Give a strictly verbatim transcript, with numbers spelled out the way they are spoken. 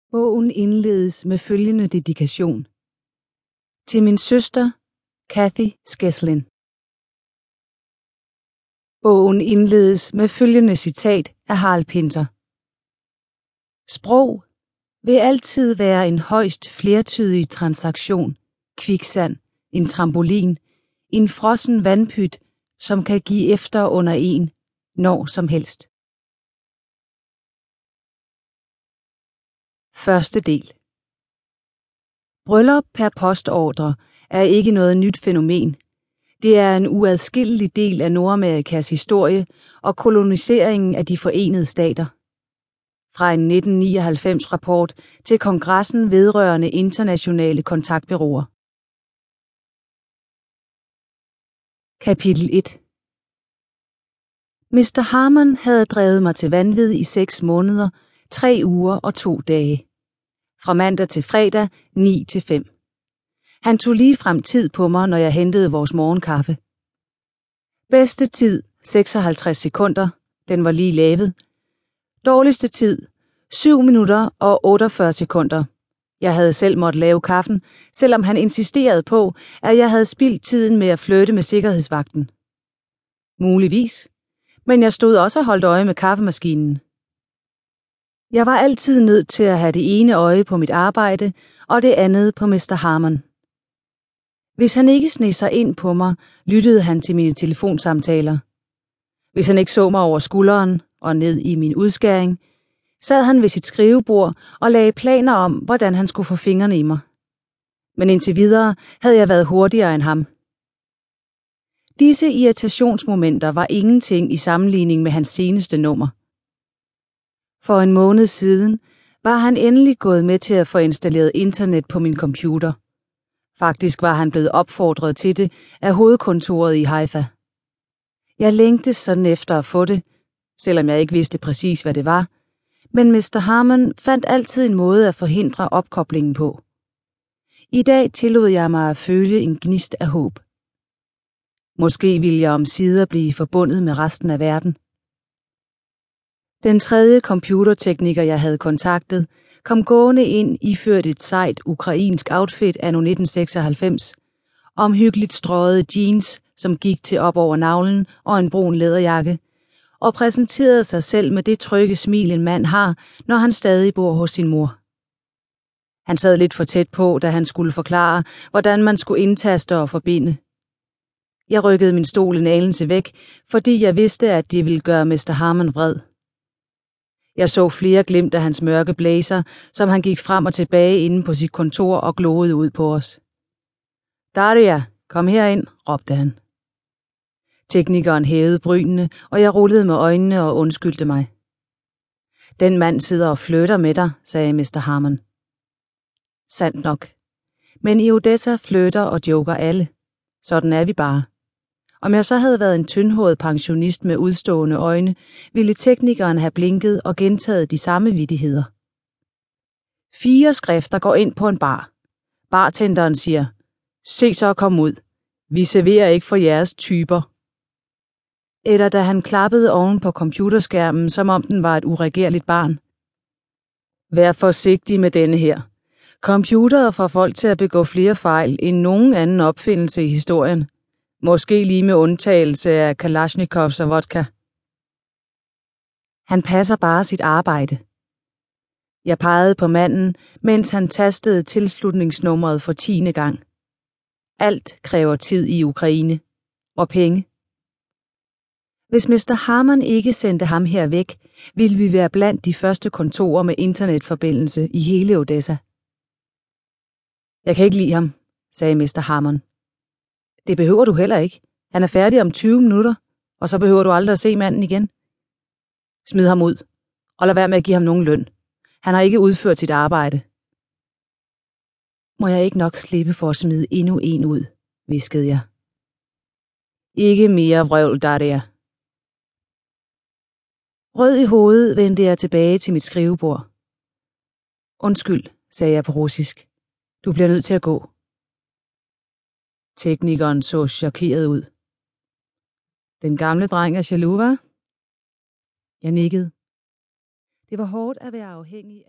Bogen indledes med følgende dedikation. Til min søster, Kathy Skeslin. Bogen indledes med følgende citat af Harald Pinter. Sprog vil altid være en højst flertydig transaktion, kviksand, en trampolin, en frossen vandpyt, som kan give efter under en, når som helst. Første del. Bryllup per postordre er ikke noget nyt fænomen. Det er en uadskillelig del af Nordamerikas historie og koloniseringen af de forenede stater. Fra en nitten nioghalvfems rapport til Kongressen vedrørende internationale kontaktbureauer. Kapitel et. mister Harmon havde drevet mig til vanvid i seks måneder, tre uger og to dage. Fra mandag til fredag, ni til fem. Han tog lige frem tid på mig, når jeg hentede vores morgenkaffe. Bedste tid, seksoghalvtreds sekunder. Den var lige lavet. Dårligste tid, syv minutter og otteogfyrre sekunder. Jeg havde selv måttet lave kaffen, selvom han insisterede på, at jeg havde spildt tiden med at flytte med sikkerhedsvagten. Muligvis, men jeg stod også og holdt øje med kaffemaskinen. Jeg var altid nødt til at have det ene øje på mit arbejde, og det andet på mister Harmon. Hvis han ikke sneg sig ind på mig, lyttede han til mine telefonsamtaler. Hvis han ikke så mig over skulderen og ned i min udskæring, sad han ved sit skrivebord og lagde planer om, hvordan han skulle få fingrene i mig. Men indtil videre havde jeg været hurtigere end ham. Disse irritationsmomenter var ingenting i sammenligning med hans seneste nummer. For en måned siden var han endelig gået med til at få installeret internet på min computer. Faktisk var han blevet opfordret til det af hovedkontoret i Haifa. Jeg længtes sådan efter at få det, selvom jeg ikke vidste præcis, hvad det var, men mister Harmon fandt altid en måde at forhindre opkoblingen på. I dag tillod jeg mig at føle en gnist af håb. Måske ville jeg omsider blive forbundet med resten af verden. Den tredje computertekniker, jeg havde kontaktet, kom gående ind iført et sejt ukrainsk outfit anno nitten seksoghalvfems, omhyggeligt strøget jeans, som gik til op over navlen, og en brun læderjakke, og præsenterede sig selv med det trygge smil, en mand har, når han stadig bor hos sin mor. Han sad lidt for tæt på, da han skulle forklare, hvordan man skulle indtaste og forbinde. Jeg rykkede min stol en anelse væk, fordi jeg vidste, at det ville gøre mister Harmon vred. Jeg så flere glimt af hans mørke blazer, som han gik frem og tilbage inde på sit kontor og gloede ud på os. Daria, kom herind, råbte han. Teknikeren hævede brynene, og jeg rullede med øjnene og undskyldte mig. Den mand sidder og flytter med dig, sagde mister Harmon. Sandt nok. Men i Odessa flytter og joker alle. Sådan er vi bare. Om jeg så havde været en tyndhåret pensionist med udstående øjne, ville teknikeren have blinket og gentaget de samme vittigheder. Fire skrifter går ind på en bar. Bartenderen siger, se så og kom ud. Vi serverer ikke for jeres typer. Eller da han klappede oven på computerskærmen, som om den var et uregerligt barn. Vær forsigtig med denne her. Computere får folk til at begå flere fejl end nogen anden opfindelse i historien. Måske lige med undtagelse af Kalashnikovs og vodka. Han passer bare sit arbejde. Jeg pegede på manden, mens han tastede tilslutningsnummeret for tiende gang. Alt kræver tid i Ukraine. Og penge. Hvis mister Harmon ikke sendte ham her væk, ville vi være blandt de første kontorer med internetforbindelse i hele Odessa. Jeg kan ikke lide ham, sagde mister Harmon. Det behøver du heller ikke. Han er færdig om tyve minutter, og så behøver du aldrig at se manden igen. Smid ham ud, og lad være med at give ham nogen løn. Han har ikke udført sit arbejde. Må jeg ikke nok slippe for at smide endnu en ud, hviskede jeg. Ikke mere vrøvl, Daria. Rød i hovedet vendte jeg tilbage til mit skrivebord. Undskyld, sagde jeg på russisk. Du bliver nødt til at gå. Teknikeren så chokeret ud. Den gamle dreng er jaloux, hva'? Jeg nikkede. Det var hårdt at være afhængig